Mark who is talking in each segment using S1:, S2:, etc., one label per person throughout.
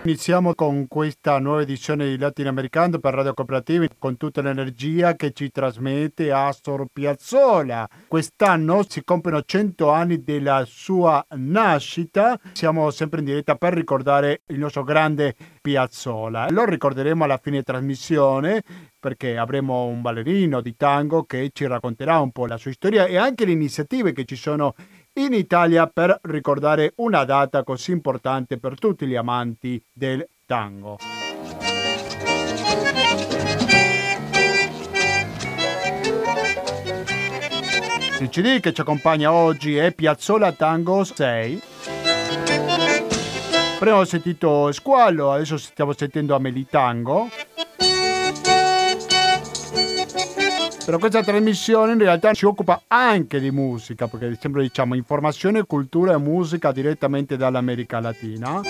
S1: Iniziamo con questa nuova edizione di Latinoamericano per Radio Cooperativa con tutta l'energia che ci trasmette Astor Piazzolla. Quest'anno si compiono 100 anni della sua nascita. Siamo sempre in diretta per ricordare il nostro grande Piazzolla. Lo ricorderemo alla fine trasmissione perché avremo un ballerino di tango che ci racconterà un po' la sua storia e anche le iniziative che ci sono in Italia per ricordare una data così importante per tutti gli amanti del tango. Il CD che ci accompagna oggi è Piazzolla Tango 6. Prima ho sentito Squallo, adesso stiamo sentendo Amelie Tango. Però questa trasmissione in realtà si occupa anche di musica, perché sempre diciamo informazione, cultura e musica direttamente dall'America Latina.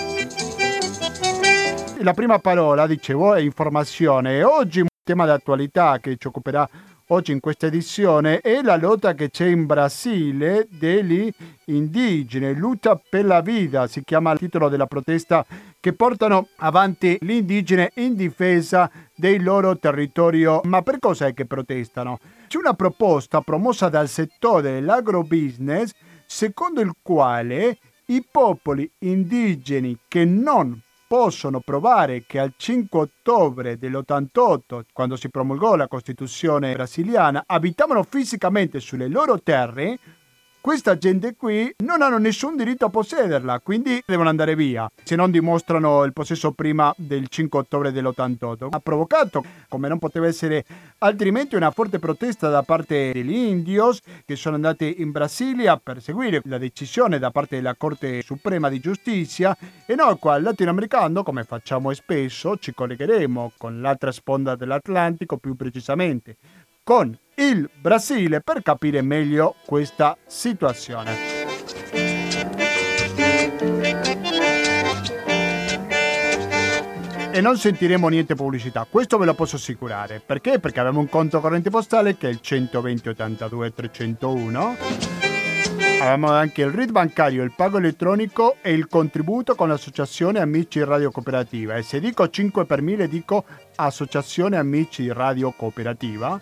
S1: La prima parola, dicevo, è informazione e oggi un tema d'attualità che ci occuperà oggi in questa edizione è la lotta che c'è in Brasile degli indigeni, Luta per la Vida, si chiama il titolo della protesta che portano avanti gli indigeni in difesa del loro territorio. Ma per cosa è che protestano? C'è una proposta promossa dal settore dell'agrobusiness secondo il quale i popoli indigeni che non possono provare che al 5 ottobre dell'88, quando si promulgò la Costituzione brasiliana, abitavano fisicamente sulle loro terre, questa gente qui non hanno nessun diritto a possederla, quindi devono andare via, se non dimostrano il possesso prima del 5 ottobre dell'88. Ha provocato, come non poteva essere altrimenti, una forte protesta da parte degli indios che sono andati in Brasilia a perseguire la decisione da parte della Corte Suprema di Giustizia e noi qua al Latinoamericano, come facciamo spesso, ci collegheremo con l'altra sponda dell'Atlantico, più precisamente con il Brasile, per capire meglio questa situazione. E non sentiremo niente pubblicità, questo ve lo posso assicurare. Perché? Perché abbiamo un conto corrente postale che è il 120 82 301. Abbiamo anche il RID bancario, il pago elettronico e il contributo con l'associazione Amici Radio Cooperativa. E se dico 5 per 1000 dico Associazione Amici Radio Cooperativa.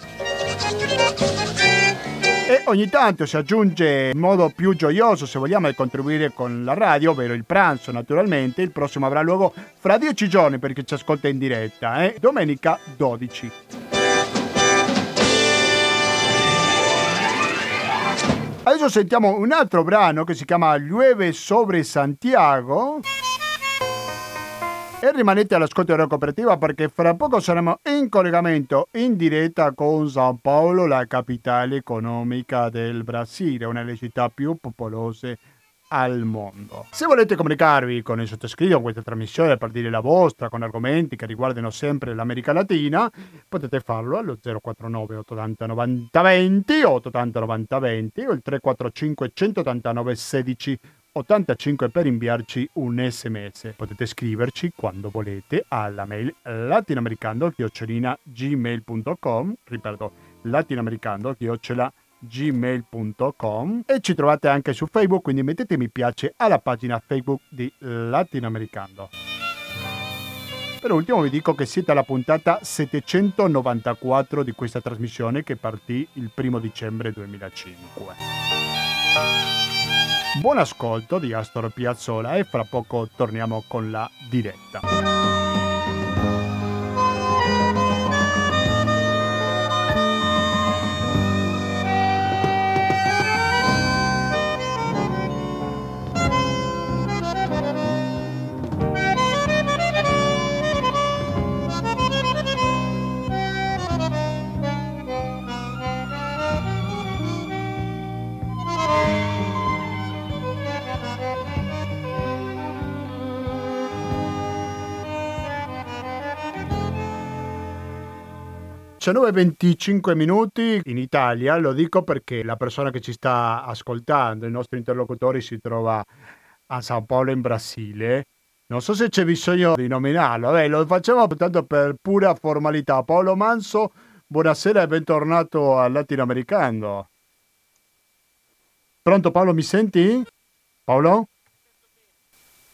S1: E ogni tanto si aggiunge in modo più gioioso, se vogliamo, il contribuire con la radio, ovvero il pranzo naturalmente. Il prossimo avrà luogo fra 10 giorni per chi ci ascolta in diretta, domenica 12. Adesso sentiamo un altro brano che si chiama Llueve sobre Santiago. E rimanete all'ascolto della cooperativa perché fra poco saremo in collegamento in diretta con São Paulo, la capitale economica del Brasile, una delle città più popolose al mondo. Se volete comunicarvi con il sottoscritto in questa trasmissione per dire la vostra con argomenti che riguardano sempre l'America Latina, potete farlo allo 049 880 90 20 o 880 90 20 o il 345 189 16 85 per inviarci un sms. Potete scriverci quando volete alla mail latinoamericando@gmail.com, ripeto, latinoamericando@gmail.com, e ci trovate anche su Facebook, quindi mettete mi piace alla pagina Facebook di Latinoamericando. Per ultimo vi dico che siete alla puntata 794 di questa trasmissione che partì il 1 dicembre 2005. Buon ascolto di Astor Piazzolla e fra poco torniamo con la diretta. 19:25 minuti in Italia, lo dico perché la persona che ci sta ascoltando, il nostro interlocutore, si trova a São Paulo in Brasile. Non so se c'è bisogno di nominarlo, vabbè, lo facciamo tanto per pura formalità. Paolo Manso, buonasera e bentornato al Latinoamericano. Pronto Paolo, mi senti? Paolo?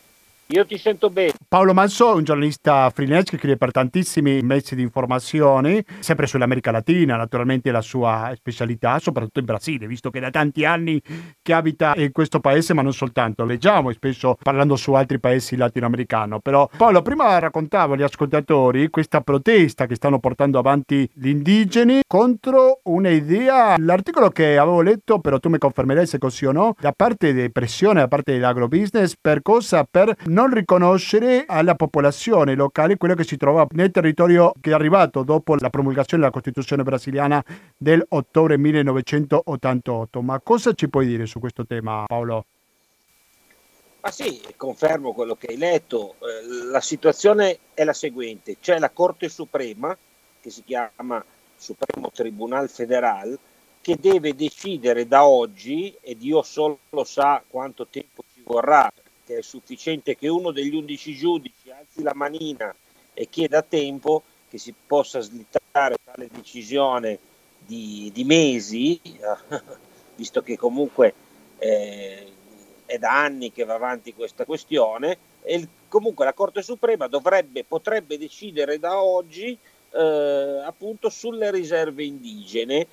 S2: Io ti sento bene.
S1: Paolo Manso è un giornalista freelance che scrive per tantissimi mezzi di informazioni, sempre sull'America Latina, naturalmente è la sua specialità, soprattutto in Brasile, visto che da tanti anni che abita in questo paese, ma non soltanto, leggiamo e spesso parlando su altri paesi latinoamericani. Però Paolo, prima raccontavo agli ascoltatori questa protesta che stanno portando avanti gli indigeni contro un'idea, l'articolo che avevo letto, però tu mi confermerai se così o no, da parte di pressione, da parte dell'agrobusiness, per cosa? Per non riconoscere alla popolazione locale quello che si trova nel territorio che è arrivato dopo la promulgazione della Costituzione brasiliana del ottobre 1988. Ma cosa ci puoi dire su questo tema, Paolo?
S2: Ah sì, confermo quello che hai letto. La situazione è la seguente: c'è la Corte Suprema, che si chiama Supremo Tribunal Federal, che deve decidere da oggi, e Dio solo sa quanto tempo ci vorrà, perché è sufficiente che uno degli 11 giudici alzi la manina e chieda tempo che si possa slittare tale decisione di mesi, visto che comunque eh, è da anni che va avanti questa questione, e comunque la Corte Suprema potrebbe decidere da oggi appunto sulle riserve indigene,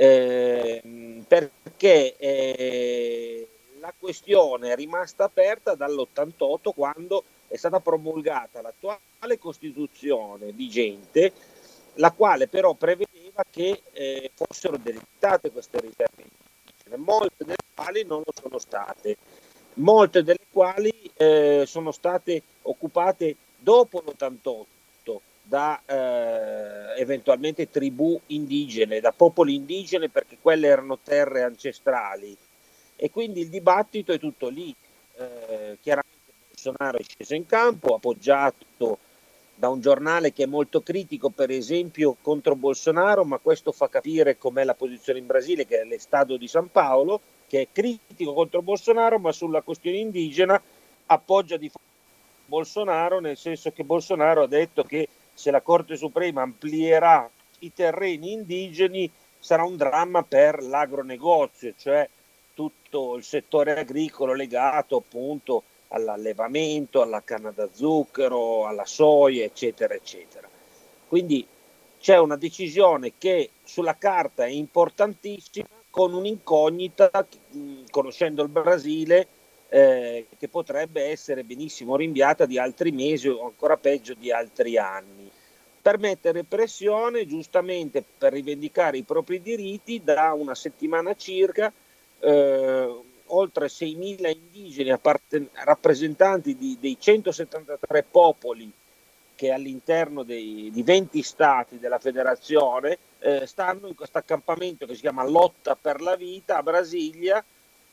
S2: perché la questione è rimasta aperta dall'88, quando è stata promulgata l'attuale Costituzione vigente, la quale però prevedeva che fossero delimitate queste riserve indigene, molte delle quali non lo sono state, molte delle quali sono state occupate dopo l'88 da eventualmente tribù indigene, da popoli indigene, perché quelle erano terre ancestrali, e quindi il dibattito è tutto lì. Chiaramente Bolsonaro è sceso in campo, appoggiato da un giornale che è molto critico, per esempio, contro Bolsonaro, ma questo fa capire com'è la posizione in Brasile, che è l'Estado di San Paolo, che è critico contro Bolsonaro, ma sulla questione indigena appoggia di Bolsonaro, nel senso che Bolsonaro ha detto che se la Corte Suprema amplierà i terreni indigeni sarà un dramma per l'agronegozio, cioè tutto il settore agricolo legato appunto all'allevamento, alla canna da zucchero, alla soia, eccetera, eccetera. Quindi c'è una decisione che sulla carta è importantissima, con un'incognita, conoscendo il Brasile, che potrebbe essere benissimo rinviata di altri mesi o ancora peggio di altri anni, per mettere pressione giustamente per rivendicare i propri diritti. Da una settimana circa oltre 6.000 indigeni rappresentanti dei 173 popoli che all'interno di 20 stati della federazione stanno in questo accampamento che si chiama Lotta per la Vita a Brasilia,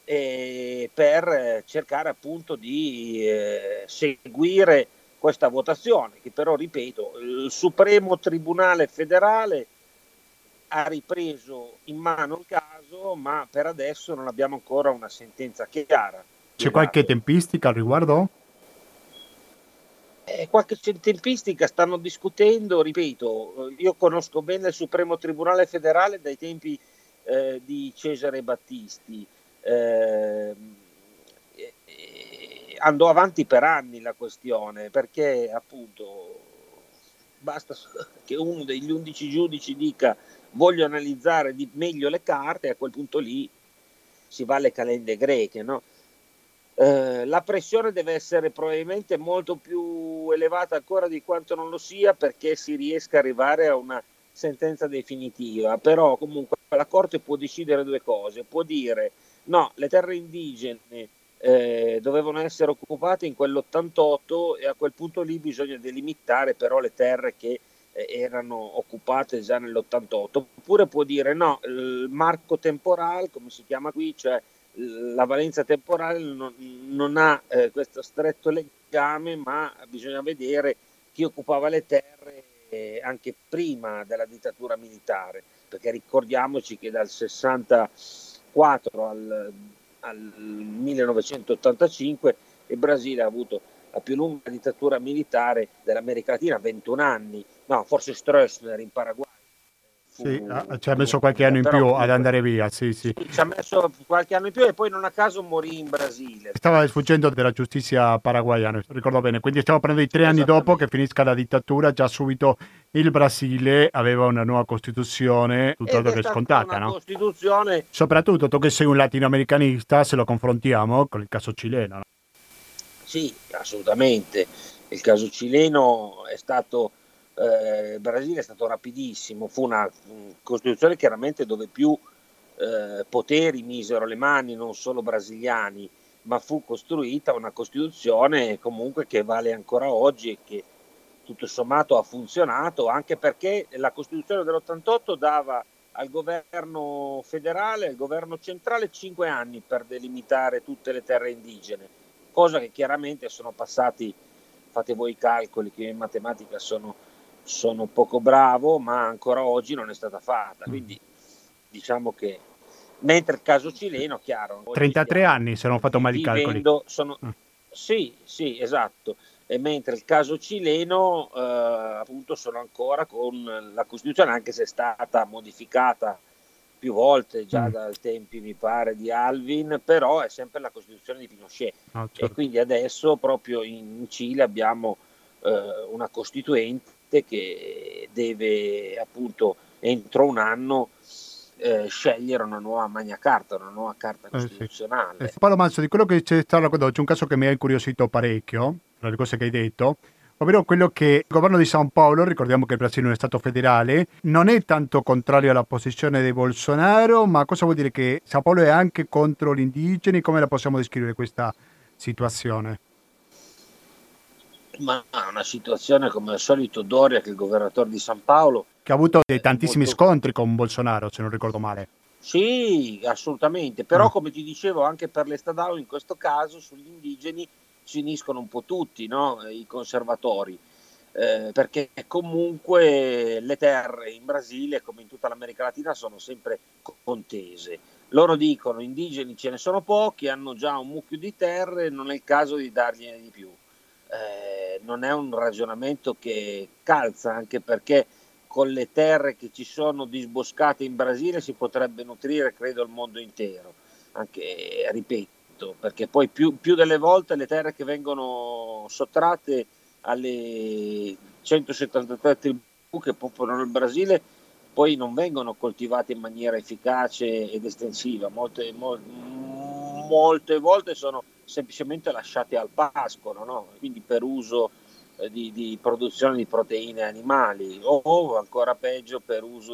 S2: per cercare appunto di seguire questa votazione, che però, ripeto, il Supremo Tribunale Federale ha ripreso in mano il caso, ma per adesso non abbiamo ancora una sentenza chiara.
S1: C'è qualche
S2: Spiegato.
S1: tempistica al riguardo?
S2: Qualche tempistica stanno discutendo, ripeto, io conosco bene il Supremo Tribunale Federale dai tempi di Cesare Battisti. Eh, Andò avanti per anni la questione, perché appunto basta che uno degli 11 giudici dica voglio analizzare meglio le carte, e a quel punto lì si va alle calende greche, no? La pressione deve essere probabilmente molto più elevata ancora di quanto non lo sia, perché si riesca ad arrivare a una sentenza definitiva. Però comunque la Corte può decidere due cose: può dire no, le terre indigene dovevano essere occupate in quell'88, e a quel punto lì bisogna delimitare però le terre che erano occupate già nell'88, oppure può dire no, il marco temporale, come si chiama qui, cioè la valenza temporale non ha questo stretto legame, ma bisogna vedere chi occupava le terre anche prima della dittatura militare, perché ricordiamoci che dal 64 al 1985 il Brasile ha avuto la più lunga dittatura militare dell'America Latina, 21 anni, no, forse Stroessner in Paraguay
S1: Sì, ci ha messo qualche anno in
S2: però
S1: più ad
S2: comunque
S1: andare via, sì,
S2: sì,
S1: sì.
S2: ci ha messo qualche anno in più e poi non a caso morì in Brasile.
S1: Stava sfuggendo della giustizia paraguayana, ricordo bene. Quindi stiamo parlando di 3 anni dopo che
S2: Esattamente.
S1: finisca la dittatura, già subito il Brasile aveva una nuova Costituzione,
S2: Ed
S1: tutt'altro
S2: è
S1: che
S2: stata
S1: scontata,
S2: una
S1: no?
S2: Costituzione.
S1: Soprattutto tu che sei un latinoamericanista, se lo confrontiamo con il caso cileno, no?
S2: Sì, assolutamente. Il caso cileno è stato, il Brasile è stato rapidissimo, fu una Costituzione chiaramente dove più poteri misero le mani non solo brasiliani, ma fu costruita una Costituzione comunque che vale ancora oggi e che tutto sommato ha funzionato, anche perché la Costituzione dell'88 dava al governo federale, al governo centrale 5 anni per delimitare tutte le terre indigene, cosa che chiaramente sono passati, fate voi i calcoli che io in matematica sono poco bravo, ma ancora oggi non è stata fatta. Quindi diciamo che, mentre il caso cileno, chiaro, oggi
S1: 33
S2: stiamo
S1: anni, se non ho fatto male i calcoli.
S2: vivendo,
S1: Mm.
S2: sì, sì, esatto. E mentre il caso cileno, appunto, sono ancora con la Costituzione, anche se è stata modificata più volte già
S1: Mm.
S2: dal tempi, mi pare, di Alvin, però è sempre la Costituzione di Pinochet.
S1: No,
S2: E
S1: certo.
S2: quindi adesso proprio in Cile abbiamo una Costituente che deve appunto entro un anno scegliere una nuova Magna Carta, una nuova Carta
S1: Sì.
S2: Costituzionale.
S1: Paolo Manzo, di quello che c'è stato raccontando, oggi, un caso che mi ha incuriosito parecchio, tra le cose che hai detto, ovvero quello che il governo di San Paolo, ricordiamo che il Brasile è un stato federale, non è tanto contrario alla posizione di Bolsonaro, ma cosa vuol dire che San Paolo è anche contro gli indigeni? Come la possiamo descrivere questa situazione?
S2: Ma una situazione come al solito Doria, che è il governatore di San Paolo,
S1: Che ha avuto dei tantissimi
S2: molto.
S1: scontri con Bolsonaro, se non ricordo male.
S2: Sì, assolutamente, però
S1: Ah,
S2: come ti dicevo anche per l'Estadao in questo caso sugli indigeni ci uniscono un po' tutti, no? I conservatori, perché comunque le terre in Brasile, come in tutta l'America Latina, sono sempre contese. Loro dicono indigeni ce ne sono pochi, hanno già un mucchio di terre, non è il caso di dargliene di più. Non è un ragionamento che calza, anche perché con le terre che ci sono disboscate in Brasile si potrebbe nutrire, credo, il mondo intero. Anche, ripeto, perché poi più delle volte le terre che vengono sottratte alle 173 tribù che popolano il Brasile poi non vengono coltivate in maniera efficace ed estensiva. Molte volte sono semplicemente lasciate al pascolo, no? Quindi per uso di produzione di proteine animali o ancora peggio per uso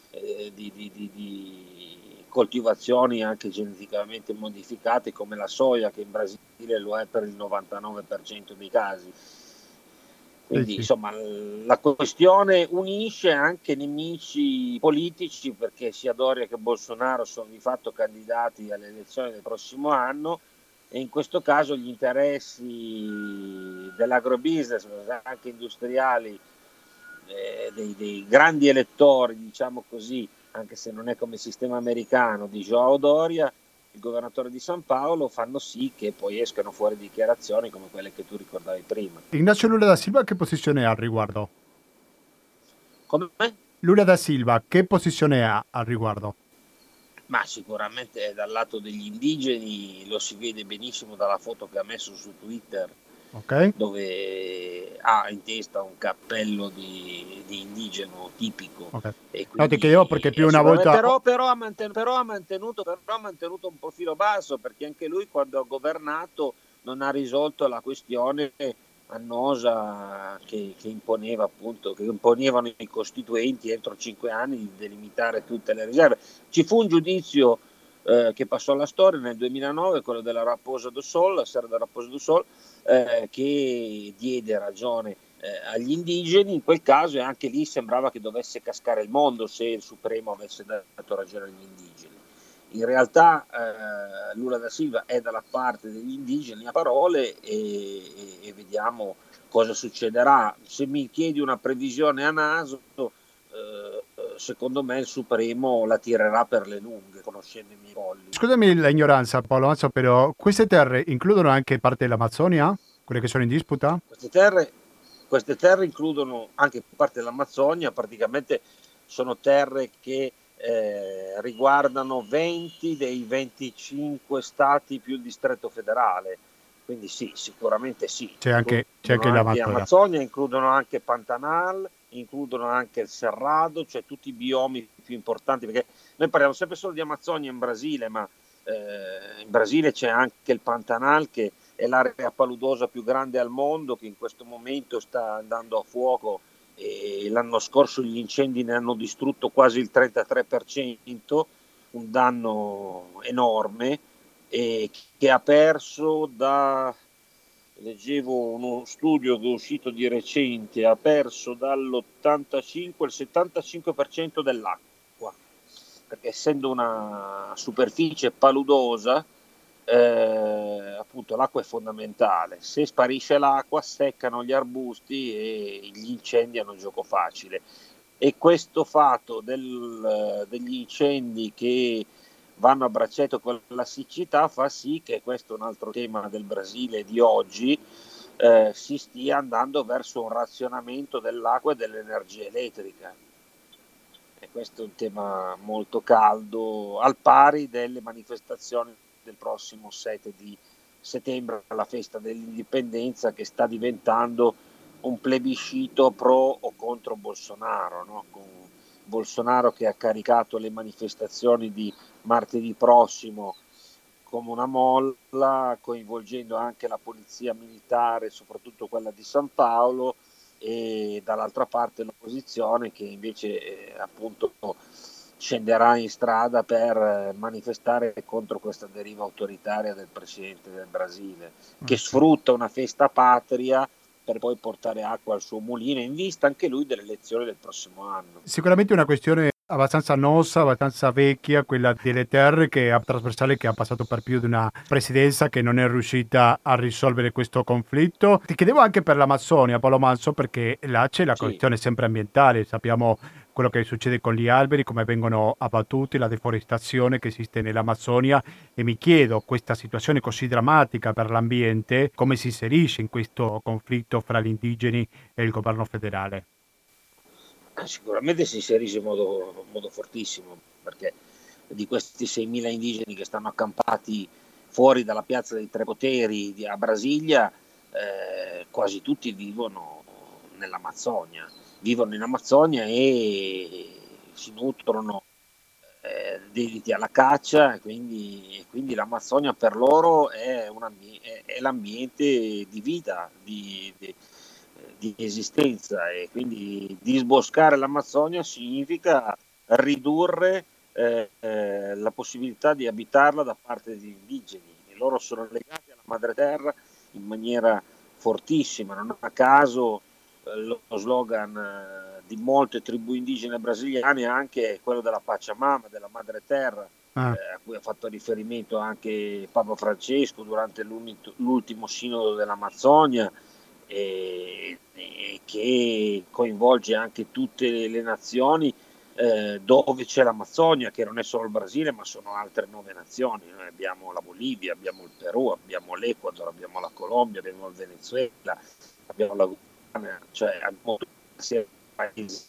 S2: di coltivazioni anche geneticamente modificate come la soia, che in Brasile lo è per il 99% dei casi.
S1: sì,
S2: Quindi
S1: sì.
S2: insomma la questione unisce anche nemici politici, perché sia Doria che Bolsonaro sono di fatto candidati alle elezioni del prossimo anno e in questo caso gli interessi dell'agrobusiness, anche industriali, dei grandi elettori, diciamo così, anche se non è come il sistema americano, di João Doria, il governatore di San Paolo, fanno sì che poi escano fuori dichiarazioni come quelle che tu ricordavi prima.
S1: Ignacio Lula da Silva che posizione ha al riguardo?
S2: Come?
S1: Lula da Silva che posizione ha al riguardo?
S2: Ma sicuramente dal lato degli indigeni lo si vede benissimo dalla foto che ha messo su Twitter,
S1: Ok?
S2: dove ha in testa un cappello di indigeno tipico
S1: Ok.
S2: e
S1: No, ti chiedevo
S2: quindi
S1: perché più una
S2: sicuramente,
S1: volta...
S2: però ha mantenuto un profilo basso, perché anche lui quando ha governato non ha risolto la questione annosa che imponeva appunto, che imponevano i costituenti entro 5 anni di delimitare tutte le riserve. Ci fu un giudizio che passò alla storia nel 2009, quello della Raposa do Sol, la Serra della Raposa do Sol, che diede ragione agli indigeni in quel caso, e anche lì sembrava che dovesse cascare il mondo se il Supremo avesse dato ragione agli indigeni. In realtà Lula da Silva è dalla parte degli indigeni a parole e vediamo cosa succederà. Se mi chiedi una previsione a naso, secondo me il Supremo la tirerà per le lunghe, conoscendo i miei polli.
S1: Scusami l'ignoranza, Paolo Mazzo, però queste terre includono anche parte dell'Amazzonia? Quelle che sono in disputa?
S2: Queste terre includono anche parte dell'Amazzonia, praticamente sono terre che riguardano 20 dei 25 stati più il distretto federale, quindi sì, sicuramente sì.
S1: C'è anche
S2: Includono anche
S1: l'Amazzonia.
S2: Amazzonia, includono anche Pantanal, includono anche il Cerrado, cioè tutti i biomi più importanti, perché noi parliamo sempre solo di Amazzonia in Brasile, ma in Brasile c'è anche il Pantanal, che è l'area paludosa più grande al mondo, che in questo momento sta andando a fuoco, e l'anno scorso gli incendi ne hanno distrutto quasi il 33%, un danno enorme, e che ha perso leggevo uno studio che è uscito di recente, ha perso dall'85 al 75% dell'acqua, perché essendo una superficie paludosa, appunto l'acqua è fondamentale. Se sparisce l'acqua seccano gli arbusti e gli incendi hanno gioco facile, e questo fatto degli incendi che vanno a braccetto con la siccità fa sì che, questo è un altro tema del Brasile di oggi, si stia andando verso un razionamento dell'acqua e dell'energia elettrica. E questo è un tema molto caldo, al pari delle manifestazioni del prossimo 7 di settembre, alla festa dell'indipendenza, che sta diventando un plebiscito pro o contro Bolsonaro, no? Con Bolsonaro che ha caricato le manifestazioni di martedì prossimo come una molla, coinvolgendo anche la polizia militare, soprattutto quella di San Paolo, e dall'altra parte l'opposizione che invece appunto scenderà in strada per manifestare contro questa deriva autoritaria del presidente del Brasile, che sfrutta una festa patria per poi portare acqua al suo mulino, in vista anche lui delle elezioni del prossimo anno.
S1: Sicuramente una questione abbastanza annosa, abbastanza vecchia, quella delle terre, che è trasversale, che ha passato per più di una presidenza che non è riuscita a risolvere questo conflitto. Ti chiedevo anche per l'Amazzonia, Paolo Manso, perché là c'è la questione sempre ambientale. Sappiamo quello che succede con gli alberi, come vengono abbattuti, la deforestazione che esiste nell'Amazzonia, e mi chiedo, questa situazione così drammatica per l'ambiente, come si inserisce in questo conflitto fra gli indigeni e il governo federale?
S2: Sicuramente si inserisce in modo fortissimo, perché di questi 6.000 indigeni che stanno accampati fuori dalla piazza dei Tre Poteri a Brasilia, quasi tutti vivono in Amazzonia e si nutrono dediti alla caccia, e quindi l'Amazzonia per loro è l'ambiente di vita, di esistenza, e quindi disboscare l'Amazzonia significa ridurre la possibilità di abitarla da parte degli indigeni, e loro sono legati alla madre terra in maniera fortissima. Non a caso lo slogan di molte tribù indigene brasiliane è anche quello della Pachamama, della madre terra, a cui ha fatto riferimento anche Papa Francesco durante l'ultimo sinodo dell'Amazzonia, e che coinvolge anche tutte le nazioni dove c'è l'Amazzonia, che non è solo il Brasile, ma sono altre 9 nazioni. Noi abbiamo la Bolivia, abbiamo il Perù, abbiamo l'Ecuador, abbiamo la Colombia, abbiamo il Venezuela, abbiamo la Guyana, cioè abbiamo tutti paesi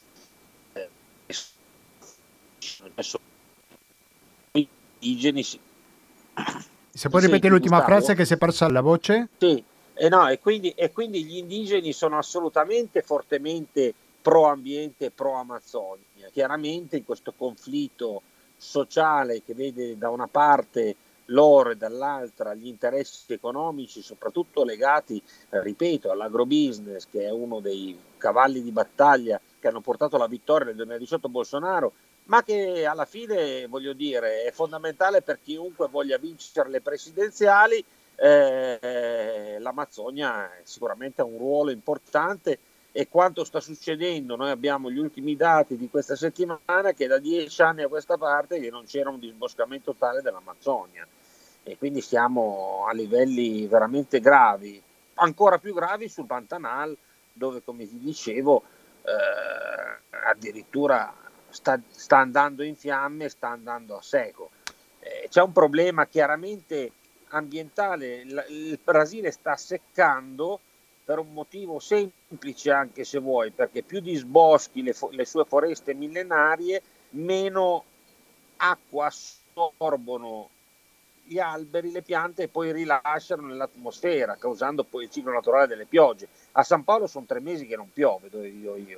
S2: indigeni.
S1: Se puoi ripetere l'ultima
S2: Gustavo?
S1: frase, che si è persa la voce?
S2: Sì, no, e quindi gli indigeni sono assolutamente fortemente pro ambiente e pro Amazzonia. Chiaramente in questo conflitto sociale che vede da una parte loro e dall'altra gli interessi economici, soprattutto legati, ripeto, all'agrobusiness, che è uno dei cavalli di battaglia che hanno portato alla vittoria nel 2018 Bolsonaro, ma che alla fine, voglio dire, è fondamentale per chiunque voglia vincere le presidenziali. L'Amazzonia sicuramente ha un ruolo importante, e quanto sta succedendo, noi abbiamo gli ultimi dati di questa settimana, che da 10 anni a questa parte che non c'era un disboscamento tale dell'Amazzonia, e quindi siamo a livelli veramente gravi, ancora più gravi sul Pantanal, dove, come ti dicevo, addirittura sta andando in fiamme, sta andando a secco. C'è un problema chiaramente ambientale. Il Brasile sta seccando per un motivo semplice, anche se vuoi, perché più disboschi le sue foreste millenarie, meno acqua assorbono gli alberi, le piante, e poi rilasciano nell'atmosfera, causando poi il ciclo naturale delle piogge. A San Paolo sono 3 mesi che non piove, dove vivo io.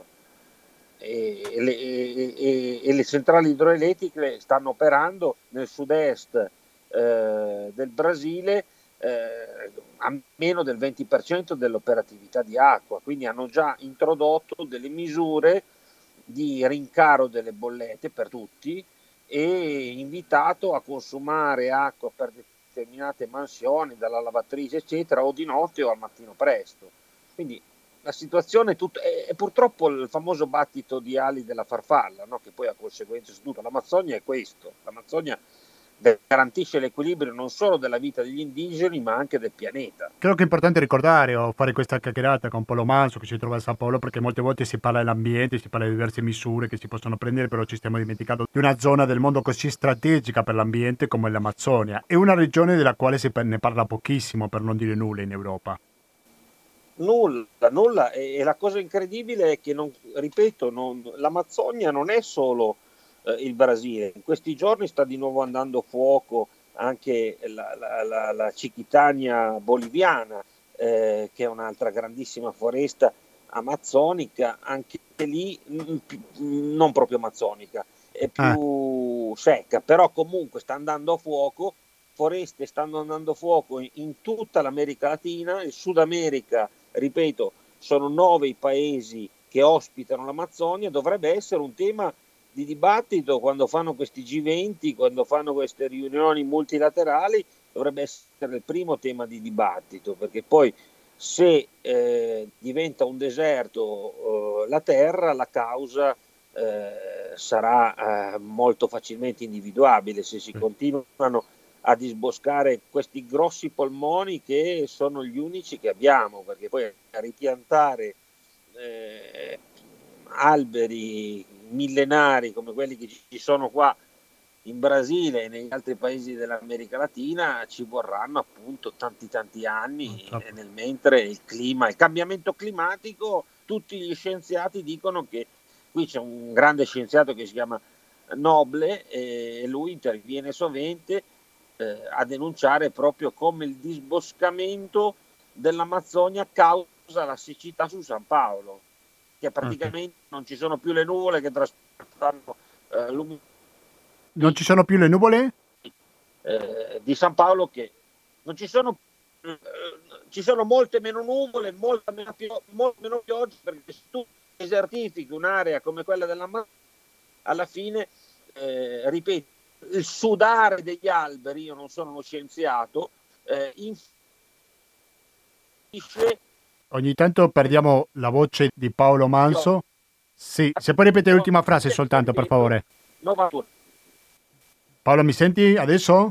S2: E le centrali idroelettriche stanno operando nel sud-est del Brasile a meno del 20% dell'operatività di acqua, quindi hanno già introdotto delle misure di rincaro delle bollette per tutti e invitato a consumare acqua per determinate mansioni, dalla lavatrice eccetera, o di notte o al mattino presto. Quindi la situazione è purtroppo il famoso battito di ali della farfalla, no? Che poi ha conseguenze su tutto. L'Amazzonia è questo, l'Amazzonia garantisce l'equilibrio non solo della vita degli indigeni ma anche del pianeta.
S1: Credo che è importante ricordare o fare questa chiacchierata con Paolo Manso che si trova a San Paolo, perché molte volte si parla dell'ambiente, si parla di diverse misure che si possono prendere, però ci stiamo dimenticando di una zona del mondo così strategica per l'ambiente come l'Amazzonia. È una regione della quale ne parla pochissimo, per non dire nulla, in Europa.
S2: Nulla. E la cosa incredibile è che, ripeto, l'Amazzonia non è solo il Brasile. In questi giorni sta di nuovo andando a fuoco anche la Chiquitania boliviana, che è un'altra grandissima foresta amazzonica, anche lì non proprio amazzonica, è più secca, però comunque sta andando a fuoco. Foreste stanno andando a fuoco in tutta l'America Latina, il Sud America, ripeto, sono 9 i paesi che ospitano l'Amazzonia. Dovrebbe essere un tema di dibattito quando fanno questi G20, quando fanno queste riunioni multilaterali, dovrebbe essere il primo tema di dibattito, perché poi se diventa un deserto la terra, la causa sarà molto facilmente individuabile. Se si continuano a disboscare questi grossi polmoni, che sono gli unici che abbiamo, perché poi a ripiantare alberi millenari come quelli che ci sono qua in Brasile e negli altri paesi dell'America Latina ci vorranno appunto tanti anni, nel mentre il cambiamento climatico, tutti gli scienziati dicono che qui c'è un grande scienziato che si chiama Noble e lui interviene sovente a denunciare proprio come il disboscamento dell'Amazzonia causa la siccità su San Paolo, che praticamente non ci sono più le nuvole che trasportano l'umidità
S1: Non ci sono più le nuvole?
S2: Di San Paolo, che non ci sono ci sono molte meno nuvole, molto meno pioggia, perché se tu desertifichi un'area come quella dell'Amazzonia, alla fine ripeto, il sudare degli alberi, io non sono uno scienziato, influisce.
S1: Ogni tanto perdiamo la voce di Paolo Manso. Sì, se puoi ripetere l'ultima frase soltanto, per favore. Paolo, mi senti adesso?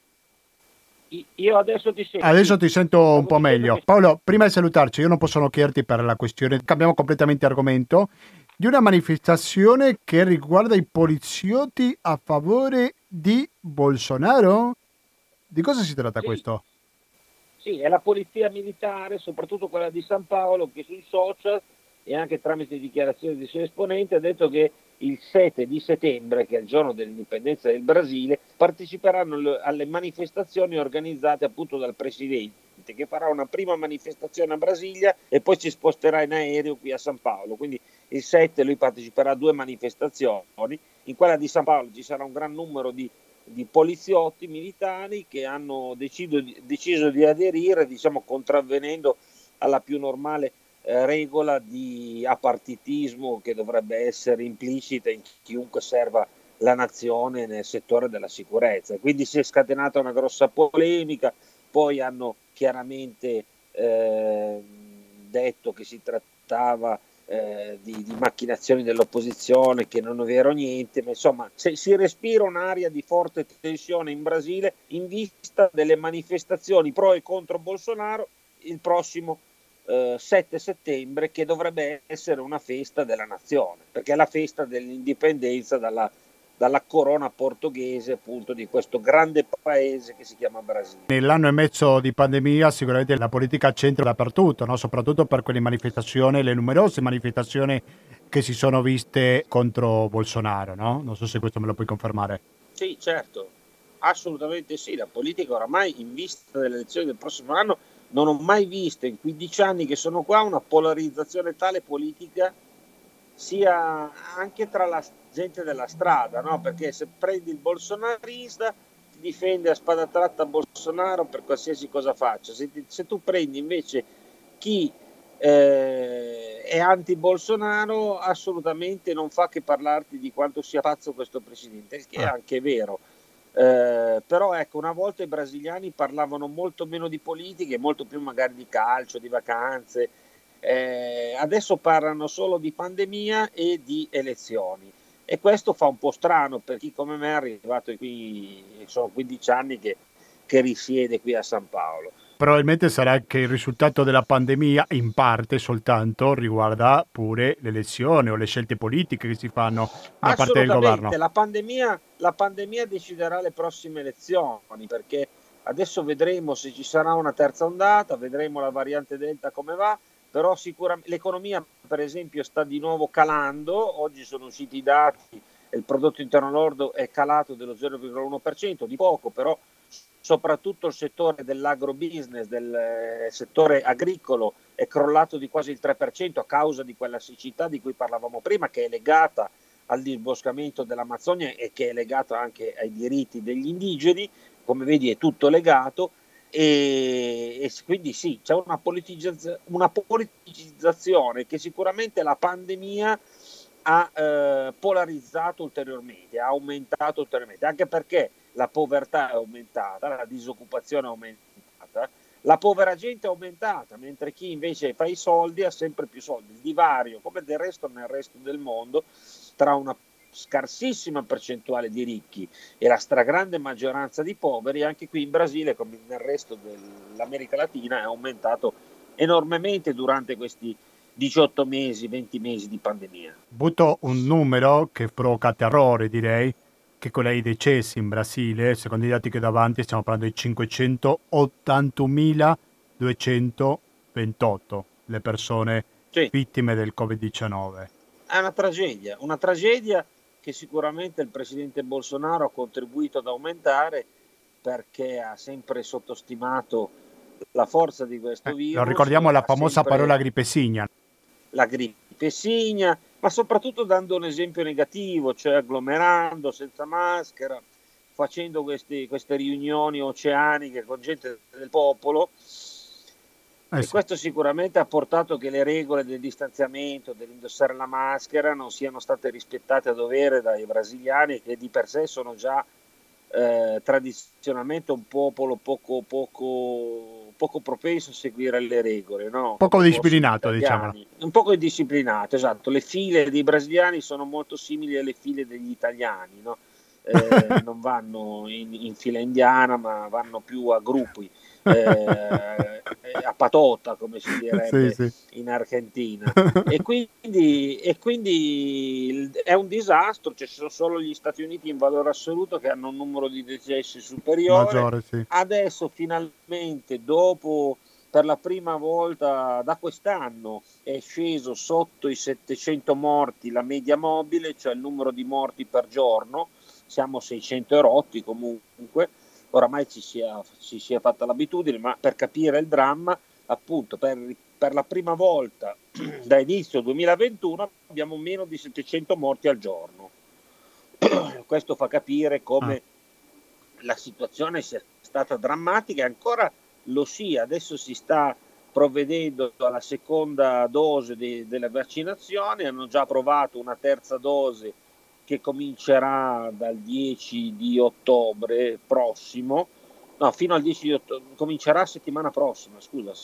S2: Io adesso ti sento.
S1: Adesso ti sento un po' meglio. Paolo, prima di salutarci, io non posso non chiederti per la questione, cambiamo completamente argomento, di una manifestazione che riguarda i poliziotti a favore di Bolsonaro. Di cosa si tratta questo?
S2: Sì, è la polizia militare, soprattutto quella di San Paolo, che sui social e anche tramite dichiarazioni dei suoi esponenti ha detto che il 7 di settembre, che è il giorno dell'indipendenza del Brasile, parteciperanno alle manifestazioni organizzate appunto dal presidente, che farà una prima manifestazione a Brasilia e poi si sposterà in aereo qui a San Paolo. Quindi il 7 lui parteciperà a 2 manifestazioni. In quella di San Paolo ci sarà un gran numero di poliziotti militari che hanno deciso di aderire, diciamo, contravvenendo alla più normale regola di apartitismo che dovrebbe essere implicita in chiunque serva la nazione nel settore della sicurezza. Quindi si è scatenata una grossa polemica, poi hanno chiaramente detto che si trattava di macchinazioni dell'opposizione, che non è vero niente, ma insomma si respira un'area di forte tensione in Brasile in vista delle manifestazioni pro e contro Bolsonaro il prossimo 7 settembre, che dovrebbe essere una festa della nazione, perché è la festa dell'indipendenza dalla dalla corona portoghese, appunto, di questo grande paese che si chiama Brasile.
S1: Nell'anno e mezzo di pandemia sicuramente la politica c'entra dappertutto, no? Soprattutto per quelle manifestazioni, le numerose manifestazioni che si sono viste contro Bolsonaro, no? Non so se questo me lo puoi confermare.
S2: Sì, certo, assolutamente sì. La politica oramai, in vista delle elezioni del prossimo anno, non ho mai visto in 15 anni che sono qua una polarizzazione tale politica, sia anche tra la gente della strada, no? Perché se prendi il bolsonarista ti difende a spada tratta Bolsonaro per qualsiasi cosa faccia. Se tu prendi invece chi è anti-Bolsonaro, assolutamente non fa che parlarti di quanto sia pazzo questo presidente, il che è anche vero. Però ecco, una volta i brasiliani parlavano molto meno di politiche, molto più magari di calcio, di vacanze. Adesso parlano solo di pandemia e di elezioni, e questo fa un po' strano per chi come me è arrivato qui, sono 15 anni che risiede qui a San Paolo.
S1: Probabilmente sarà che il risultato della pandemia in parte soltanto riguarda pure l'elezione o le scelte politiche che si fanno da parte del governo.
S2: Assolutamente, la pandemia deciderà le prossime elezioni, perché adesso vedremo se ci sarà una terza ondata, vedremo la variante Delta come va, però sicuramente l'economia per esempio sta di nuovo calando, oggi sono usciti i dati e il prodotto interno lordo è calato dello 0,1%, di poco, però soprattutto il settore dell'agrobusiness, del settore agricolo è crollato di quasi il 3% a causa di quella siccità di cui parlavamo prima, che è legata al disboscamento dell'Amazzonia e che è legata anche ai diritti degli indigeni. Come vedi è tutto legato, e quindi sì, c'è una politicizzazione che sicuramente la pandemia ha polarizzato ulteriormente, ha aumentato ulteriormente, anche perché la povertà è aumentata, la disoccupazione è aumentata, la povera gente è aumentata, mentre chi invece fa i soldi ha sempre più soldi. Il divario, come del resto nel resto del mondo, tra una scarsissima percentuale di ricchi e la stragrande maggioranza di poveri, anche qui in Brasile, come nel resto dell'America Latina, è aumentato enormemente durante questi 18 mesi, 20 mesi di pandemia.
S1: Butto un numero che provoca terrore, direi, che con i decessi in Brasile, secondo i dati che ho davanti, stiamo parlando di 581.228 le persone
S2: Sì,
S1: vittime del Covid-19.
S2: è una tragedia che sicuramente il presidente Bolsonaro ha contribuito ad aumentare, perché ha sempre sottostimato la forza di questo
S1: Lo
S2: virus
S1: ricordiamo
S2: e
S1: la
S2: ha
S1: famosa
S2: sempre
S1: parola grippesigna.
S2: la grippessigna, ma soprattutto dando un esempio negativo, cioè agglomerando senza maschera, facendo queste riunioni oceaniche con gente del popolo. E
S1: Sì.
S2: questo sicuramente ha portato che le regole del distanziamento, dell'indossare la maschera, non siano state rispettate a dovere dai brasiliani, che di per sé sono già tradizionalmente un popolo poco propenso a seguire le regole, no?
S1: Poco
S2: Come forse gli
S1: disciplinato, diciamolo.
S2: italiani. Un poco indisciplinato, esatto. Le file dei brasiliani sono molto simili alle file degli italiani, no? Non vanno in fila indiana, ma vanno più a gruppi, a patota, come si
S1: Sì,
S2: direbbe
S1: sì.
S2: in Argentina. E quindi è un disastro, ci sono solo gli Stati Uniti in valore assoluto che hanno un numero di decessi superiore.
S1: Maggiore, sì.
S2: Adesso finalmente, dopo per la prima volta da quest'anno, è sceso sotto i 700 morti la media mobile, cioè il numero di morti per giorno, siamo 600 rotti comunque, oramai ci sia fatta l'abitudine, ma per capire il dramma, appunto per la prima volta da inizio 2021 abbiamo meno di 700 morti al giorno. Questo fa capire come la situazione sia stata drammatica e ancora lo sia. Adesso si sta provvedendo alla seconda dose delle vaccinazioni, hanno già approvato una terza dose che comincerà dal 10 di ottobre prossimo, no, fino al 10 di ottobre, comincerà settimana prossima,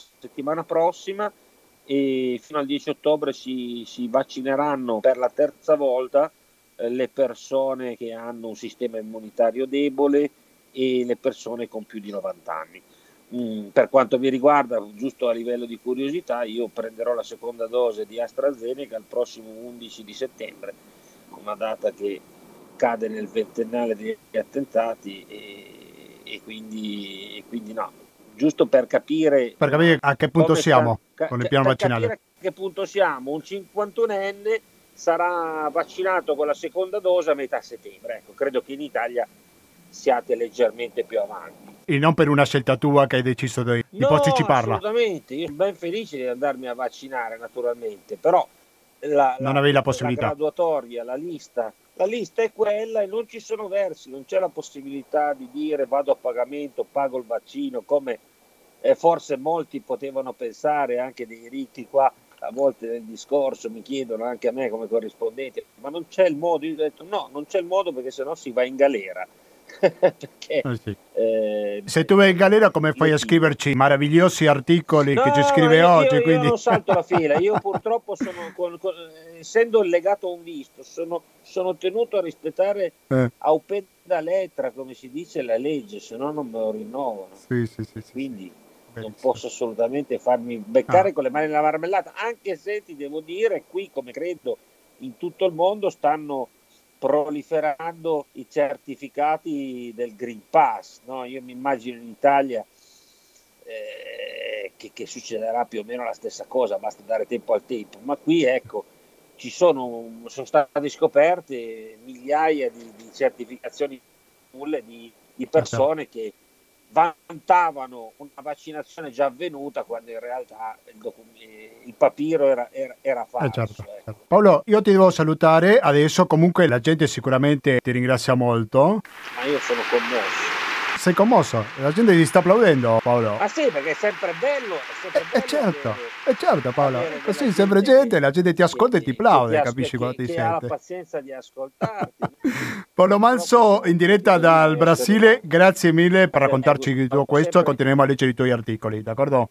S2: e fino al 10 ottobre si vaccineranno per la terza volta le persone che hanno un sistema immunitario debole e le persone con più di 90 anni. Per quanto mi riguarda, giusto a livello di curiosità, io prenderò la seconda dose di AstraZeneca il prossimo 11 di settembre, una data che cade nel ventennale degli attentati e quindi no, giusto per capire
S1: a che punto siamo con il piano
S2: per
S1: vaccinale.
S2: capire a che punto siamo. Un 51enne sarà vaccinato con la seconda dose a metà settembre. Ecco, credo che in Italia siate leggermente più avanti.
S1: E non per una scelta tua che hai deciso di posticiparla.
S2: Assolutamente, io sono ben felice di andarmi a vaccinare naturalmente, però
S1: non avevi la possibilità.
S2: La graduatoria, la lista è quella e non ci sono versi, non c'è la possibilità di dire vado a pagamento, pago il vaccino, come forse molti potevano pensare, anche dei ricchi qua, a volte nel discorso mi chiedono anche a me come corrispondente, ma non c'è il modo? Io ho detto no, non c'è il modo perché sennò si va in galera. Perché,
S1: sì. Se tu vai in galera, come fai a scriverci meravigliosi articoli che ci scrive oggi?
S2: Io
S1: quindi...
S2: non salto la fila, io purtroppo sono essendo legato a un visto, sono tenuto a rispettare au peda letra, come si dice, la legge, se no non me lo rinnovano. Quindi non posso assolutamente farmi beccare con le mani nella marmellata, anche se ti devo dire, qui come credo in tutto il mondo stanno proliferando i certificati del Green Pass, no? Io mi immagino in Italia che succederà più o meno la stessa cosa, basta dare tempo al tempo, ma qui ecco sono state scoperte migliaia di certificazioni nulle di persone che vantavano una vaccinazione già avvenuta quando in realtà il papiro era falso.
S1: Certo. Paolo, io ti devo salutare adesso, comunque la gente sicuramente ti ringrazia molto.
S2: Ma io sono commosso.
S1: Sei commosso? La gente ti sta applaudendo, Paolo.
S2: Ah sì, perché è sempre bello.
S1: Certo Paolo, così sempre gente, la gente ti ascolta e ti applaude, capisci quando ti sente.
S2: Che ha la pazienza di ascoltarti.
S1: Paolo Manso in diretta dal Brasile, grazie mille per raccontarci tutto questo e continueremo a leggere i tuoi articoli, d'accordo?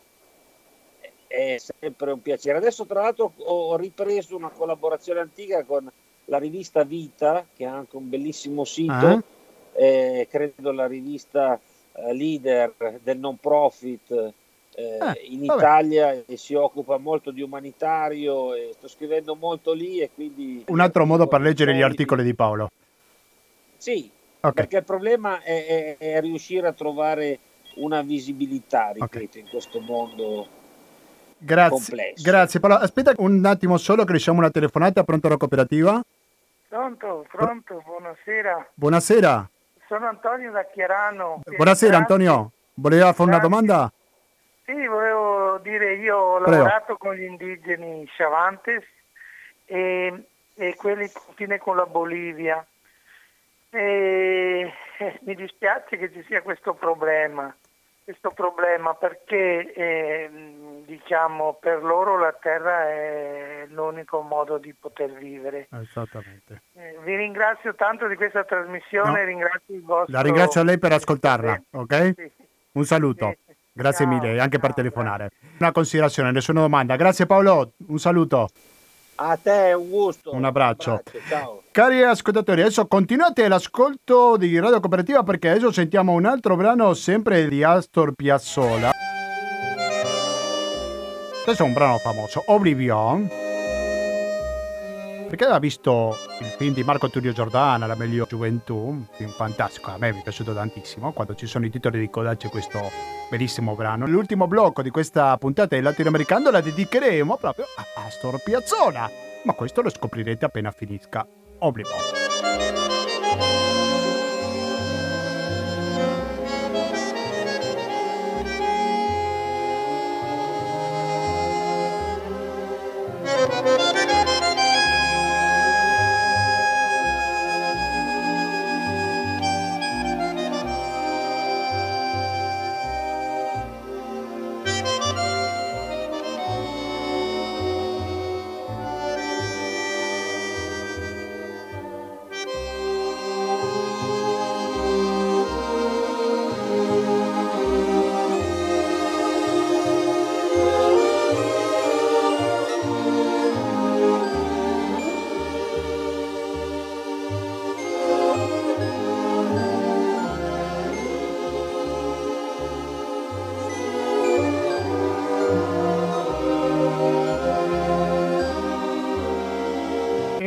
S2: È sempre un piacere. Adesso tra l'altro ho ripreso una collaborazione antica con la rivista Vita, che ha anche un bellissimo sito, credo la rivista leader del non profit in Italia, e si occupa molto di umanitario e sto scrivendo molto lì, e quindi
S1: un altro modo per leggere gli articoli di Paolo.
S2: Sì, perché il problema è riuscire a trovare una visibilità, ripeto, in questo mondo complesso.
S1: Grazie Paolo. Aspetta un attimo solo che riusciamo una telefonata. Pronto alla cooperativa?
S3: Pronto, buonasera.
S1: Buonasera.
S3: Sono Antonio da Chiarano.
S1: Buonasera Antonio, voleva fare una domanda?
S3: Sì, volevo dire, io ho lavorato con gli indigeni Chavantes e quelli confine con la Bolivia. Mi dispiace che ci sia questo problema perché diciamo per loro la terra è l'unico modo di poter vivere.
S1: Esattamente.
S3: Vi ringrazio tanto di questa trasmissione, ringrazio il vostro...
S1: La ringrazio a lei per ascoltarla, ok?
S3: Sì.
S1: Un saluto. Grazie mille anche per telefonare. Una considerazione, nessuna domanda. Grazie Paolo, un saluto.
S2: A te, un gusto.
S1: Un abbraccio.
S2: Ciao.
S1: Cari ascoltatori, adesso continuate l'ascolto di Radio Cooperativa perché adesso sentiamo un altro brano sempre di Astor Piazzolla. Questo è un brano famoso, Oblivion. Perché aveva visto il film di Marco Tullio Giordana, La meglio gioventù, un film fantastico, a me mi è piaciuto tantissimo, quando ci sono i titoli di coda c'è questo bellissimo brano. L'ultimo blocco di questa puntata del latinoamericano la dedicheremo proprio a Astor Piazzolla, ma questo lo scoprirete appena finisca Oblivion.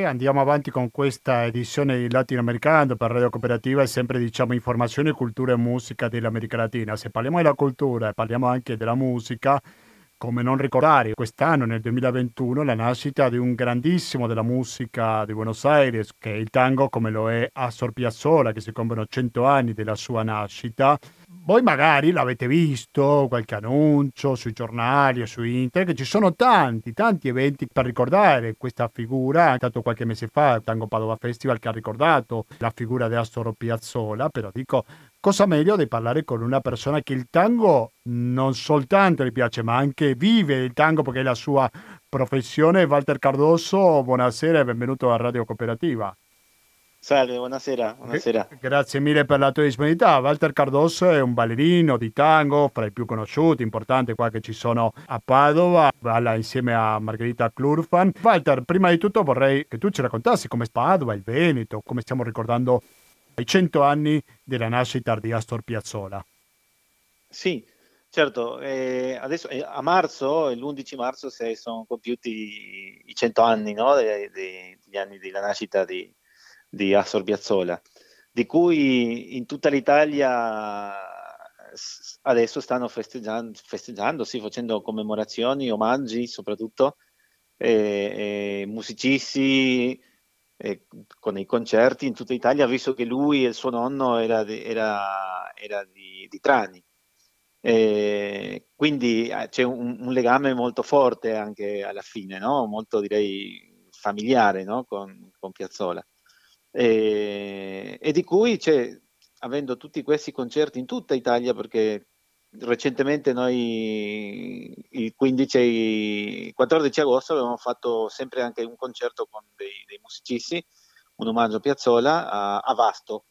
S1: andiamo avanti con questa edizione latinoamericana per Radio Cooperativa e sempre diciamo informazione, cultura e musica dell'America Latina. Se parliamo della cultura e parliamo anche della musica, come non ricordare quest'anno, nel 2021, la nascita di un grandissimo della musica di Buenos Aires, che è il tango, come lo è Astor Piazzolla, che si compiono 100 anni della sua nascita. Voi magari l'avete visto, qualche annuncio sui giornali o su internet, che ci sono tanti eventi per ricordare questa figura. È stato qualche mese fa il Tango Padova Festival che ha ricordato la figura di Astor Piazzolla, però dico, cosa meglio di parlare con una persona che il tango non soltanto gli piace, ma anche vive il tango perché è la sua professione. Walter Cardoso, buonasera e benvenuto a Radio Cooperativa.
S4: Salve, buonasera.
S1: Grazie mille per la tua disponibilità. Walter Cardoso è un ballerino di tango, fra i più conosciuti, importante qua che ci sono a Padova, balla insieme a Margherita Klurfan. Walter, prima di tutto vorrei che tu ci raccontassi come Padova, il Veneto, come stiamo ricordando i 100 anni della nascita di Astor Piazzolla.
S4: Sì, certo, adesso a marzo, l'11 marzo, si sono compiuti i 100 anni, no, degli anni della nascita di Astor Piazzolla, di cui in tutta l'Italia adesso stanno festeggiando, sì, facendo commemorazioni, omaggi soprattutto, musicisti, con i concerti in tutta Italia, visto che lui e il suo nonno era di Trani. Quindi c'è un legame molto forte anche alla fine, no? Molto direi familiare, no? con Piazzolla. E di cui avendo tutti questi concerti in tutta Italia, perché recentemente noi il 15 e il 14 agosto avevamo fatto sempre anche un concerto con dei musicisti, un omaggio a Piazzolla a Vasto.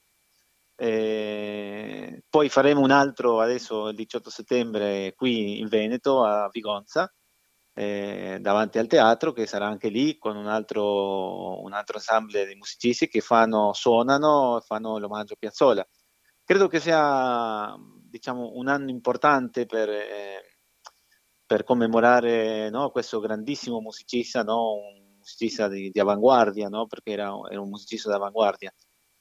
S4: Poi faremo un altro adesso il 18 settembre qui in Veneto a Vigonza, davanti al teatro, che sarà anche lì con un altro ensemble di musicisti che suonano l'omaggio a Piazzolla. Credo che sia, diciamo, un anno importante per commemorare, no, questo grandissimo musicista, no, un musicista di avanguardia, no, perché era un musicista d'avanguardia.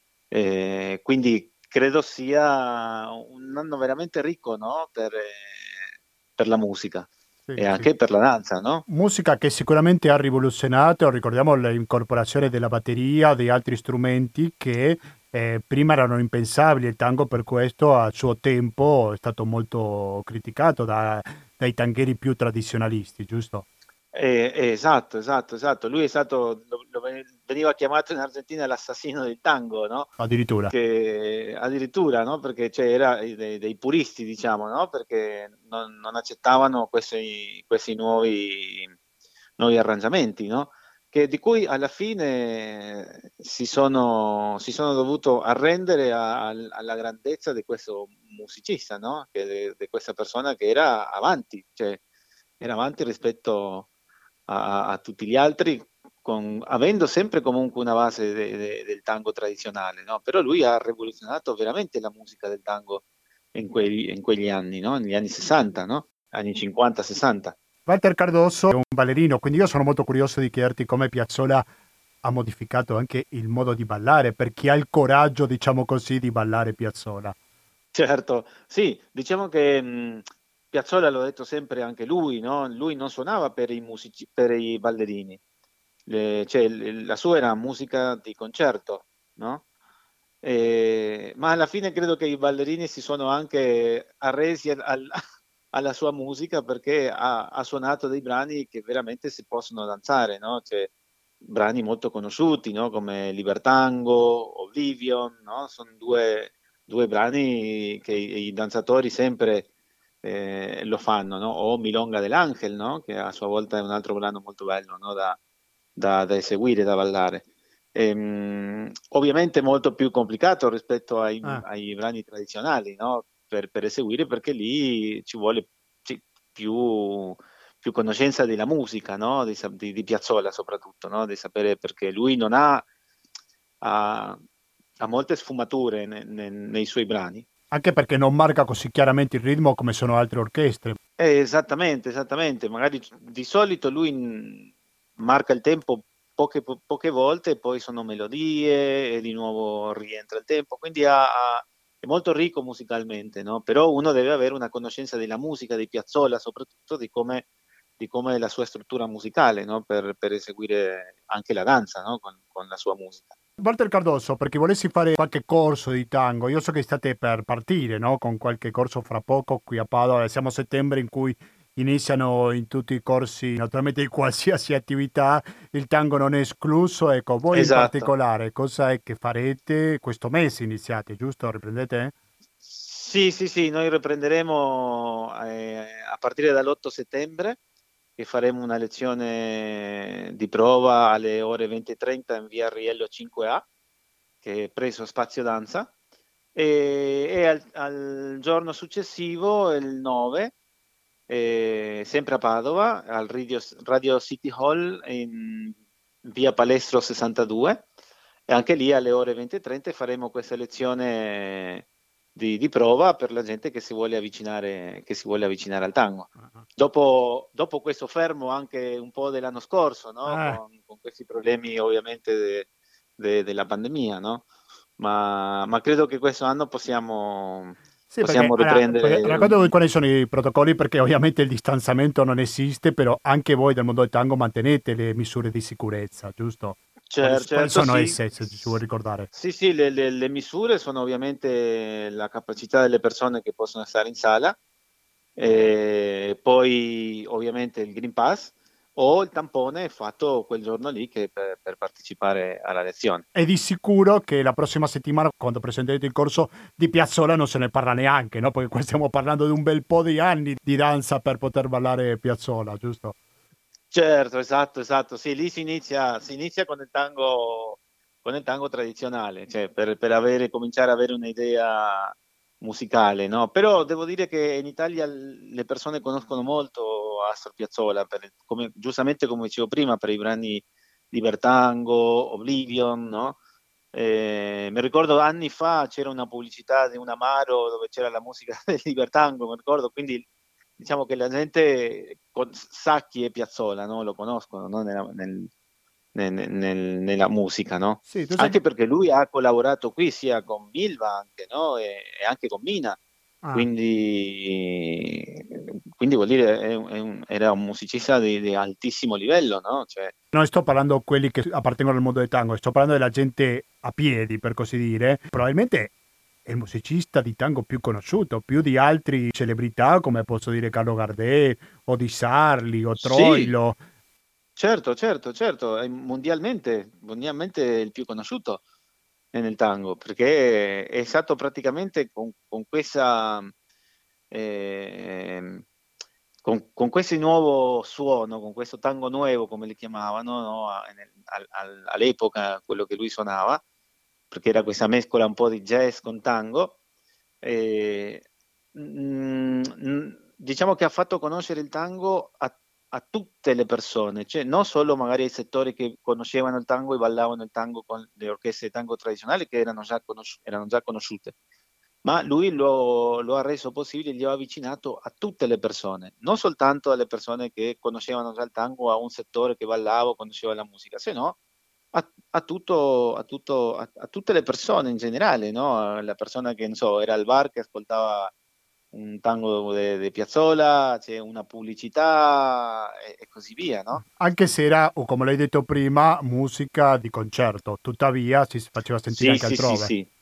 S4: Quindi credo sia un anno veramente ricco, no, per la musica.
S1: Sì,
S4: E anche per la danza, no?
S1: Musica che sicuramente ha rivoluzionato, ricordiamo l'incorporazione della batteria, di altri strumenti che prima erano impensabili. Il tango per questo a suo tempo è stato molto criticato dai tangheri più tradizionalisti, giusto?
S4: Esatto. Lui è stato, veniva chiamato in Argentina l'assassino del tango, no?
S1: Addirittura.
S4: Addirittura, no? Perché c'era dei puristi, diciamo, no? Perché non accettavano questi nuovi arrangiamenti, no? Di cui alla fine si sono dovuto arrendere alla grandezza di questo musicista, no? Di questa persona che era avanti rispetto a tutti gli altri, avendo sempre comunque una base del tango tradizionale, no? Però lui ha rivoluzionato veramente la musica del tango in quegli anni, no? Negli anni 60, no? Anni 50-60.
S1: Walter Cardoso è un ballerino, quindi io sono molto curioso di chiederti come Piazzolla ha modificato anche il modo di ballare, per chi ha il coraggio, diciamo così, di ballare Piazzolla.
S4: Certo, sì, diciamo che Piazzolla, l'ho detto sempre anche lui, no? Lui non suonava per i ballerini, la sua era musica di concerto, no? Ma alla fine credo che i ballerini si sono anche arresi alla sua musica, perché ha suonato dei brani che veramente si possono danzare, no? Brani molto conosciuti, no? Come Libertango, Oblivion, no? Sono due brani che i danzatori sempre lo fanno, no? O Milonga dell'Angel, no? Che a sua volta è un altro brano molto bello, no? Da eseguire, da ballare. Ovviamente molto più complicato rispetto ai brani tradizionali, no? Per eseguire, perché lì ci vuole più conoscenza della musica, no? Di Piazzolla soprattutto, no? Di sapere, perché lui non ha molte sfumature nei suoi brani.
S1: Anche perché non marca così chiaramente il ritmo come sono altre orchestre.
S4: Esattamente. Magari di solito lui marca il tempo poche volte, poi sono melodie e di nuovo rientra il tempo, quindi è molto ricco musicalmente, no? Però uno deve avere una conoscenza della musica, di Piazzolla, soprattutto di come è la sua struttura musicale, no? Per eseguire anche la danza, no? Con la sua musica.
S1: Walter Cardoso, perché volessi fare qualche corso di tango, io so che state per partire, no? Con qualche corso fra poco qui a Padova, siamo a settembre in cui iniziano in tutti i corsi, naturalmente di qualsiasi attività, il tango non è escluso, ecco, voi in
S4: Esatto.
S1: particolare cosa è che farete questo mese iniziate, giusto? Riprendete?
S4: Sì, sì, sì, noi riprenderemo a partire dall'8 settembre, che faremo una lezione di prova alle ore 20:30 in via Riello 5A, che è presso Spazio Danza, e al giorno successivo, il 9, sempre a Padova, al Radio City Hall in via Palestro 62, e anche lì alle ore 20:30 faremo questa lezione di prova per la gente che si vuole avvicinare al tango. Dopo questo fermo anche un po' dell'anno scorso, no? Con questi problemi ovviamente della pandemia, no? Ma credo che questo anno possiamo
S1: Sì, perché
S4: riprendere.
S1: raccontavi quali sono i protocolli, perché ovviamente il distanziamento non esiste, però anche voi del mondo del tango mantenete le misure di sicurezza, giusto? Quali
S4: Certo,
S1: sono
S4: sì.
S1: esse, se ci vuoi ricordare?
S4: Sì, sì, le misure sono ovviamente la capacità delle persone che possono stare in sala, poi ovviamente il Green Pass o il tampone fatto quel giorno lì che per partecipare alla lezione.
S1: E di sicuro che la prossima settimana, quando presenterete il corso di Piazzolla, non se ne parla neanche, no? Perché qua stiamo parlando di un bel po' di anni di danza per poter ballare Piazzolla, giusto?
S4: Certo, esatto. Sì, lì si inizia con il tango tradizionale, cioè per cominciare ad avere un'idea musicale, no? Però devo dire che in Italia le persone conoscono molto Astor Piazzolla, giustamente come dicevo prima, per i brani Libertango, Oblivion, no? Mi ricordo anni fa c'era una pubblicità di un Amaro dove c'era la musica del Libertango, mi ricordo, quindi diciamo che la gente sa chi è Piazzolla, no? Lo conoscono, no? Nella musica, no?
S1: Sì, tu sai
S4: Anche
S1: che...
S4: perché lui ha collaborato qui sia con Milva anche, no? E anche con Mina,
S1: Ah.
S4: quindi vuol dire era un musicista di altissimo livello, no? Cioè,
S1: Non sto parlando di quelli che appartengono al mondo del tango, sto parlando della gente a piedi, per così dire. Probabilmente è il musicista di tango più conosciuto, più di altre celebrità, come posso dire Carlo Gardel, o Di Sarli, o
S4: sì,
S1: Troilo.
S4: certo, è mondialmente il più conosciuto nel tango, perché è stato praticamente con questa eh, con questo nuovo suono, con questo tango nuovo, come le chiamavano, no? All'epoca quello che lui suonava, perché era questa mescola un po' di jazz con tango, eh, diciamo che ha fatto conoscere il tango a tutte le persone, cioè non solo magari ai settori che conoscevano il tango e ballavano il tango con le orchestre di tango tradizionali che erano già conosciute, ma lui lo ha reso possibile, gli ha avvicinato a tutte le persone, non soltanto alle persone che conoscevano già il tango, a un settore che ballava o conosceva la musica, se no a tutte le persone in generale, no? La persona che, non so, era al bar che ascoltava un tango di Piazzolla, c'è una pubblicità e così via, no?
S1: Anche se era, o come l'hai detto prima, musica di concerto, tuttavia si faceva sentire
S4: Sì,
S1: anche
S4: sì, sì,
S1: altrove.
S4: sì.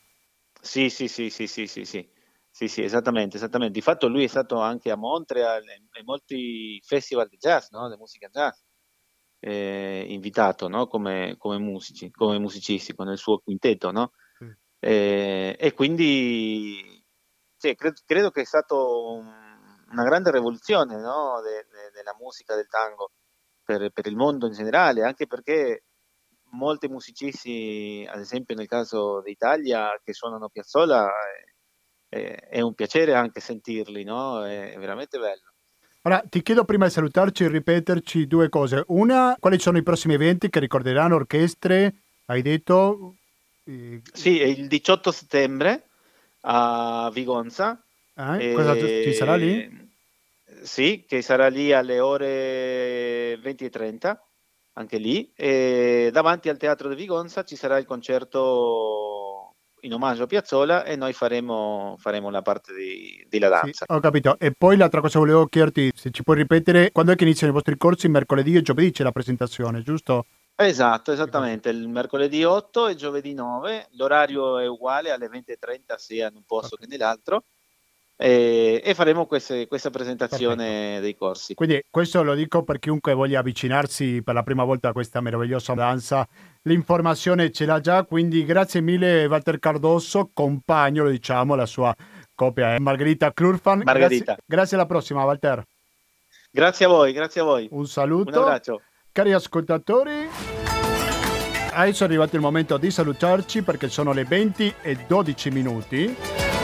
S4: Sì. Sì, sì, esattamente. Di fatto lui è stato anche a Montreal e molti festival di jazz, no? Di musica jazz, invitato, no? Come musicisti, con il suo quintetto, no?
S1: Sì.
S4: E quindi sì, credo che è stato una grande rivoluzione, no? Della musica del tango per il mondo in generale, anche perché molti musicisti, ad esempio nel caso d'Italia, che suonano Piazzolla, è un piacere anche sentirli, no? È veramente bello.
S1: Ora ti chiedo prima di salutarci e ripeterci due cose. Una, quali sono i prossimi eventi che ricorderanno orchestre? Hai detto...
S4: Sì, è il 18 settembre a Vigonza,
S1: Cosa ci sarà lì?
S4: sì, che sarà lì alle ore 20:30. anche lì, e davanti al Teatro di Vigonza ci sarà il concerto in omaggio a Piazzolla e noi faremo la parte di la danza.
S1: Sì, ho capito. E poi l'altra cosa volevo chiederti, se ci puoi ripetere, quando è che iniziano i vostri corsi? Mercoledì e giovedì c'è la presentazione, giusto?
S4: Esatto, esattamente, il mercoledì 8 e giovedì 9, l'orario è uguale alle 20:30 sia in un posto che nell'altro, e faremo questa presentazione dei corsi.
S1: Quindi questo lo dico per chiunque voglia avvicinarsi per la prima volta a questa meravigliosa danza, l'informazione ce l'ha già, quindi grazie mille Walter Cardoso, compagno, lo diciamo, la sua coppia è Margherita Klurfan.
S4: Margherita.
S1: Grazie alla prossima, Walter.
S4: Grazie a voi.
S1: Un saluto.
S4: Un abbraccio.
S1: Cari ascoltatori, adesso è arrivato il momento di salutarci perché sono le 20:12.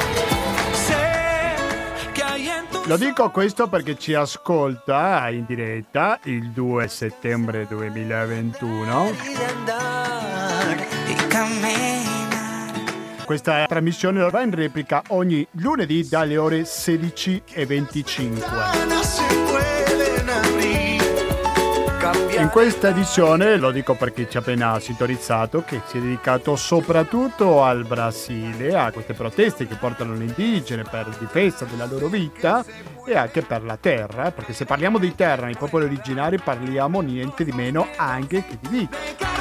S1: Lo dico questo perché ci ascolta in diretta il 2 settembre 2021. Questa trasmissione va in replica ogni lunedì dalle ore 16:25. In questa edizione, lo dico perché ci ha appena sintonizzato, che si è dedicato soprattutto al Brasile, a queste proteste che portano gli indigeni per difesa della loro vita e anche per la terra, perché se parliamo di terra nei popoli originari parliamo niente di meno anche che di vita.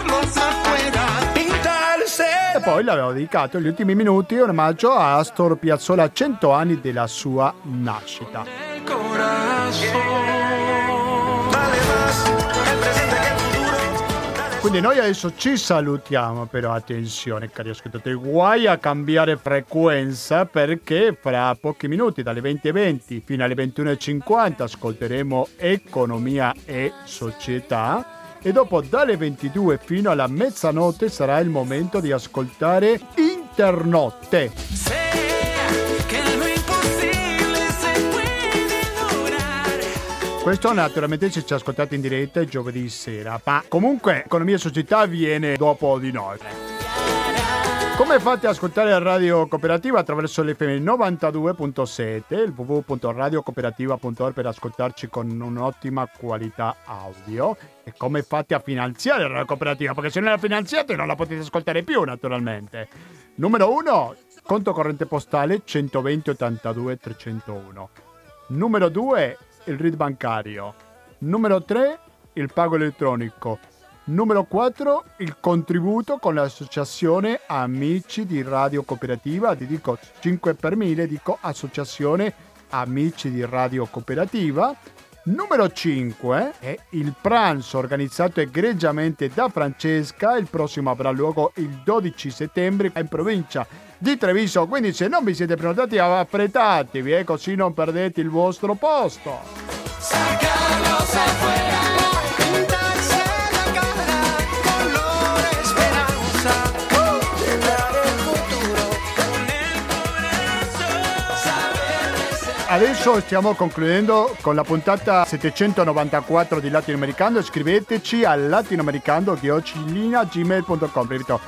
S1: E poi l'avevo dedicato gli ultimi minuti in omaggio a Astor Piazzolla, 100 anni della sua nascita. Quindi noi adesso ci salutiamo, però attenzione cari ascoltatori, guai a cambiare frequenza perché fra pochi minuti dalle 20:20 fino alle 21:50 ascolteremo Economia e Società e dopo dalle 22 fino alla mezzanotte sarà il momento di ascoltare Internotte. Questo naturalmente se ci ascoltate in diretta il giovedì sera, ma comunque Economia e Società viene dopo di noi. Come fate ad ascoltare la Radio Cooperativa? Attraverso l'FM 92.7, il www.radiocooperativa.org per ascoltarci con un'ottima qualità audio. E come fate a finanziare la Radio Cooperativa? Perché se non la finanziate non la potete ascoltare più naturalmente. Numero 1, conto corrente postale 120 82 301. Numero 2, il RID bancario. Numero 3, il pago elettronico. Numero 4, il contributo con l'associazione Amici di Radio Cooperativa. Ti dico 5 per 1000, dico associazione Amici di Radio Cooperativa. Numero 5 è il pranzo organizzato egregiamente da Francesca. Il prossimo avrà luogo il 12 settembre in provincia di Treviso. Quindi se non vi siete prenotati affrettatevi, così non perdete il vostro posto. Adesso stiamo concludendo con la puntata 794 di Latinoamericano. Scriveteci a latinoamericando@gmail.com. Ripeto,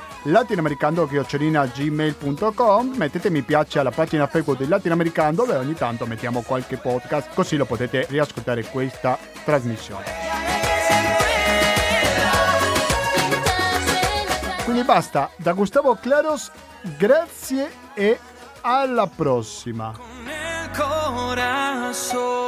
S1: latinoamericando@gmail.com. Mettete mi piace alla pagina Facebook di Latinoamericano dove ogni tanto mettiamo qualche podcast, così lo potete riascoltare questa trasmissione. Quindi basta, da Gustavo Claros, grazie e alla prossima.
S5: Corazón.